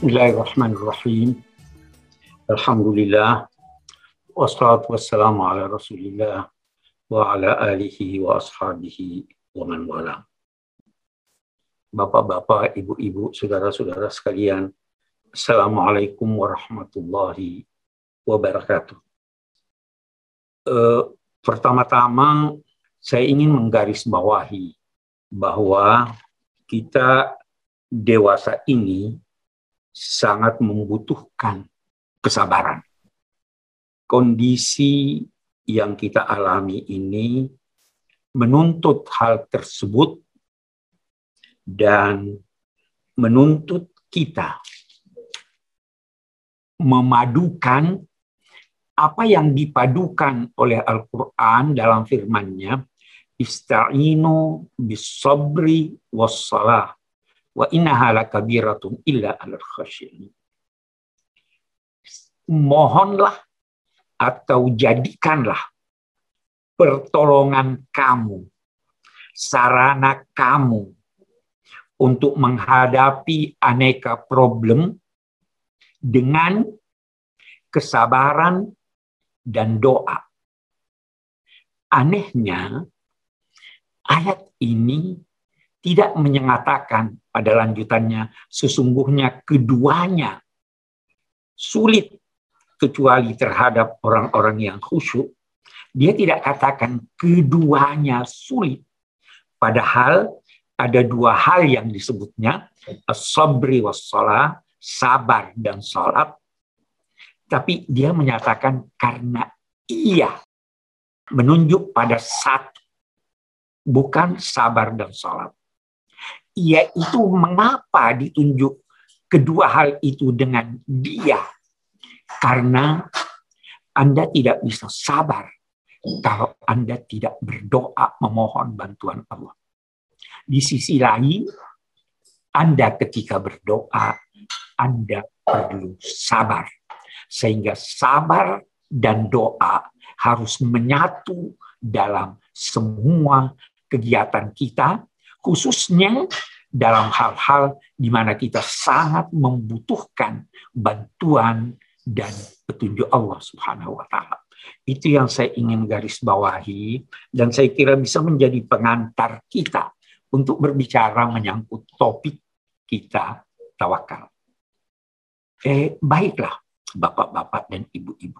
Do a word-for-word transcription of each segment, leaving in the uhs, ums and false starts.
Bismillahirrahmanirrahim. Alhamdulillah. Wassalatu wassalamu ala Rasulillah wa ala alihi wa ashabihi wa man wala. Bapak-bapak, ibu-ibu, saudara-saudara sekalian, Assalamualaikum warahmatullahi wabarakatuh. Uh, pertama-tama, saya ingin menggarisbawahi bahwa kita dewasa ini sangat membutuhkan kesabaran. Kondisi yang kita alami ini menuntut hal tersebut dan menuntut kita memadukan apa yang dipadukan oleh Al-Quran dalam firman-Nya, Ista'inu bis-sabri was-salah wa innaha lakabiratun illa 'alal khashiyin. Mohonlah atau jadikanlah pertolongan kamu, sarana kamu untuk menghadapi aneka problem dengan kesabaran dan doa. Anehnya, ayat ini tidak menyatakan pada lanjutannya, sesungguhnya keduanya sulit kecuali terhadap orang-orang yang khusyuk. Dia tidak katakan keduanya sulit. Padahal ada dua hal yang disebutnya, as-sabri was-shalah, sabar dan salat. Tapi dia menyatakan karena ia menunjuk pada satu, bukan sabar dan salat. Yaitu mengapa ditunjuk kedua hal itu dengan dia? Karena Anda tidak bisa sabar kalau Anda tidak berdoa memohon bantuan Allah. Di sisi lain, Anda ketika berdoa, Anda perlu sabar. Sehingga sabar dan doa harus menyatu dalam semua kegiatan kita, khususnya dalam hal-hal di mana kita sangat membutuhkan bantuan dan petunjuk Allah Subhanahu wa Ta'ala. Itu yang saya ingin garis bawahi, dan saya kira bisa menjadi pengantar kita untuk berbicara menyangkut topik kita, tawakal. Eh, baiklah, bapak-bapak dan ibu-ibu.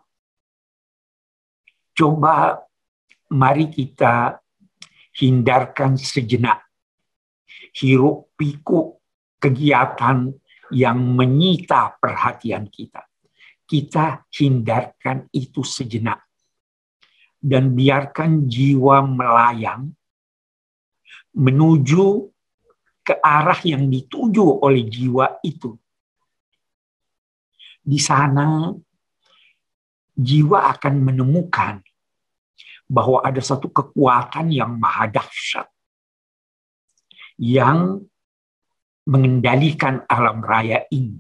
Coba mari kita hindarkan sejenak hiruk pikuk kegiatan yang menyita perhatian kita. Kita hindarkan itu sejenak dan biarkan jiwa melayang menuju ke arah yang dituju oleh jiwa itu. Di sana jiwa akan menemukan bahwa ada satu kekuatan yang maha dahsyat yang mengendalikan alam raya ini.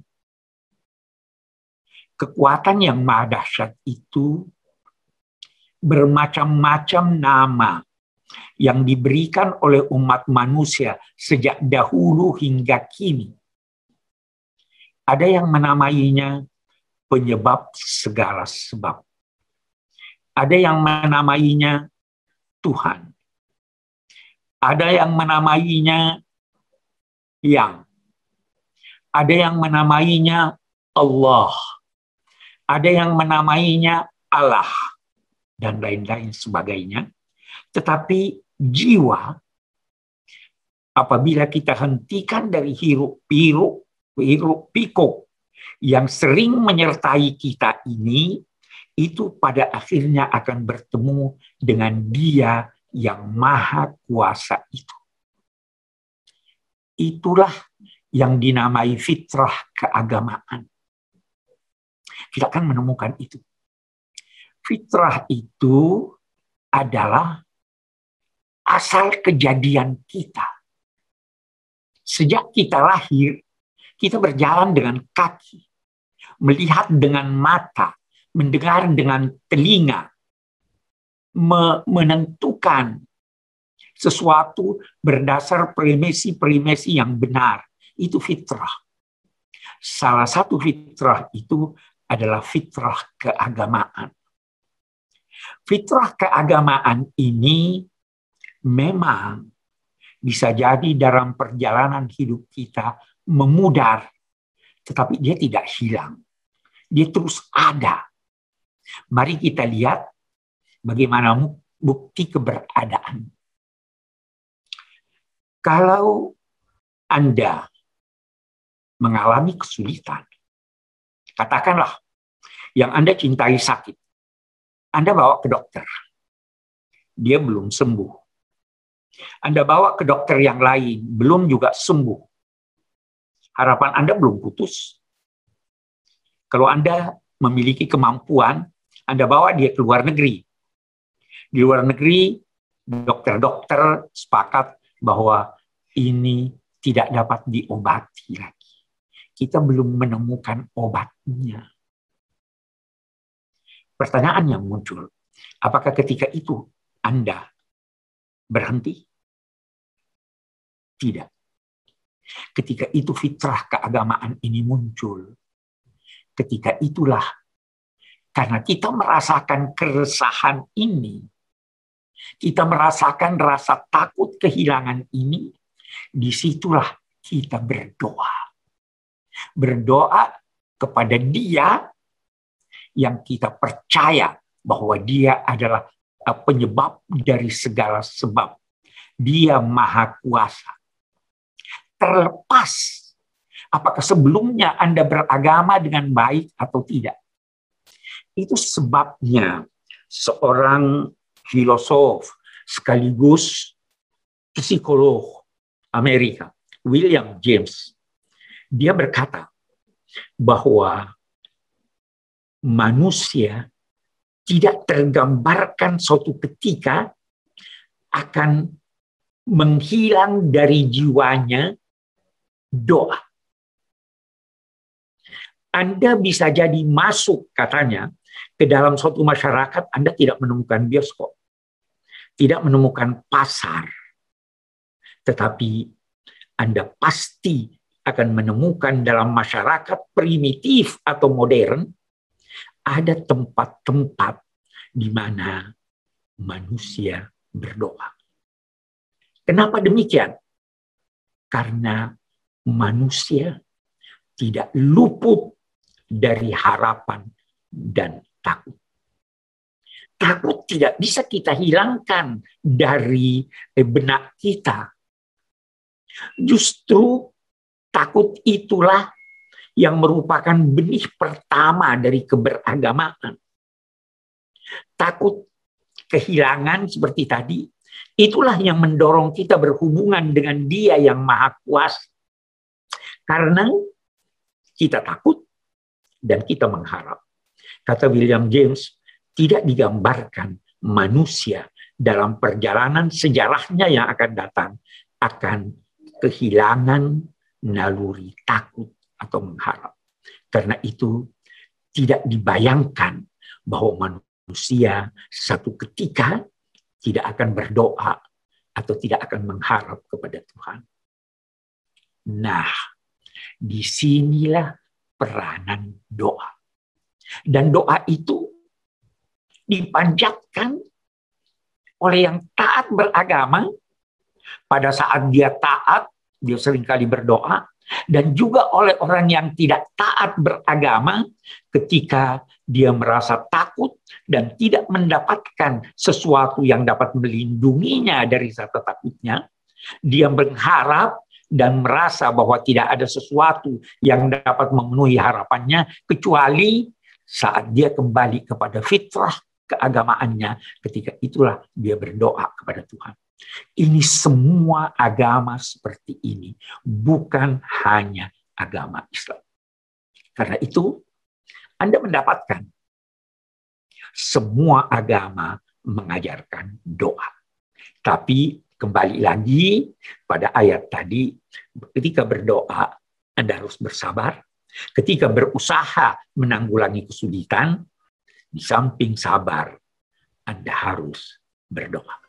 Kekuatan yang maha dahsyat itu bermacam-macam nama yang diberikan oleh umat manusia sejak dahulu hingga kini. Ada yang menamainya penyebab segala sebab. Ada yang menamainya Tuhan. Ada yang menamainya yang. Ada yang menamainya Allah. Ada yang menamainya Allah. Dan lain-lain sebagainya. Tetapi jiwa, apabila kita hentikan dari hiruk-pikuk, hiruk-pikuk yang sering menyertai kita ini, itu pada akhirnya akan bertemu dengan Dia yang maha kuasa itu. Itulah yang dinamai fitrah keagamaan. Kita akan menemukan itu. Fitrah itu adalah asal kejadian kita. Sejak kita lahir, kita berjalan dengan kaki, melihat dengan mata, mendengar dengan telinga, menentukan sesuatu berdasar premisi-premisi yang benar. Itu fitrah. Salah satu fitrah itu adalah fitrah keagamaan. Fitrah keagamaan ini memang bisa jadi dalam perjalanan hidup kita memudar, tetapi dia tidak hilang. Dia terus ada. Mari kita lihat bagaimana bukti keberadaan. Kalau Anda mengalami kesulitan, katakanlah yang Anda cintai sakit, Anda bawa ke dokter, dia belum sembuh. Anda bawa ke dokter yang lain, belum juga sembuh. Harapan Anda belum putus. Kalau Anda memiliki kemampuan, Anda bawa dia ke luar negeri. Di luar negeri, dokter-dokter sepakat bahwa ini tidak dapat diobati lagi. Kita belum menemukan obatnya. Pertanyaan yang muncul, apakah ketika itu Anda berhenti? Tidak. Ketika itu fitrah keagamaan ini muncul. Ketika itulah, karena kita merasakan keresahan ini, kita merasakan rasa takut kehilangan ini, disitulah kita berdoa. Berdoa kepada Dia yang kita percaya bahwa Dia adalah penyebab dari segala sebab. Dia Maha Kuasa. Terlepas apakah sebelumnya Anda beragama dengan baik atau tidak. Itu sebabnya seorang filosof sekaligus psikolog Amerika, William James, dia berkata bahwa manusia tidak tergambarkan suatu ketika akan menghilang dari jiwanya doa. Anda bisa jadi masuk, katanya, ke dalam suatu masyarakat, Anda tidak menemukan bioskop, tidak menemukan pasar, tetapi Anda pasti akan menemukan dalam masyarakat primitif atau modern, ada tempat-tempat di mana manusia berdoa. Kenapa demikian? Karena manusia tidak luput dari harapan dan takut. Takut tidak bisa kita hilangkan dari benak kita. Justru takut itulah yang merupakan benih pertama dari keberagamaan. Takut kehilangan seperti tadi, itulah yang mendorong kita berhubungan dengan Dia yang Maha Kuasa. Karena kita takut dan kita mengharap. Kata William James, tidak digambarkan manusia dalam perjalanan sejarahnya yang akan datang akan kehilangan naluri takut atau mengharap. Karena itu tidak dibayangkan bahwa manusia satu ketika tidak akan berdoa atau tidak akan mengharap kepada Tuhan. Nah, disinilah peranan doa. Dan doa itu dipanjatkan oleh yang taat beragama. Pada saat dia taat, dia seringkali berdoa. Dan juga oleh orang yang tidak taat beragama ketika dia merasa takut dan tidak mendapatkan sesuatu yang dapat melindunginya dari rasa takutnya. Dia berharap dan merasa bahwa tidak ada sesuatu yang dapat memenuhi harapannya kecuali saat dia kembali kepada fitrah keagamaannya. Ketika itulah dia berdoa kepada Tuhan. Ini semua agama seperti ini, bukan hanya agama Islam. Karena itu, Anda mendapatkan semua agama mengajarkan doa. Tapi kembali lagi pada ayat tadi, ketika berdoa, Anda harus bersabar. Ketika berusaha menanggulangi kesulitan, di samping sabar, Anda harus berdoa.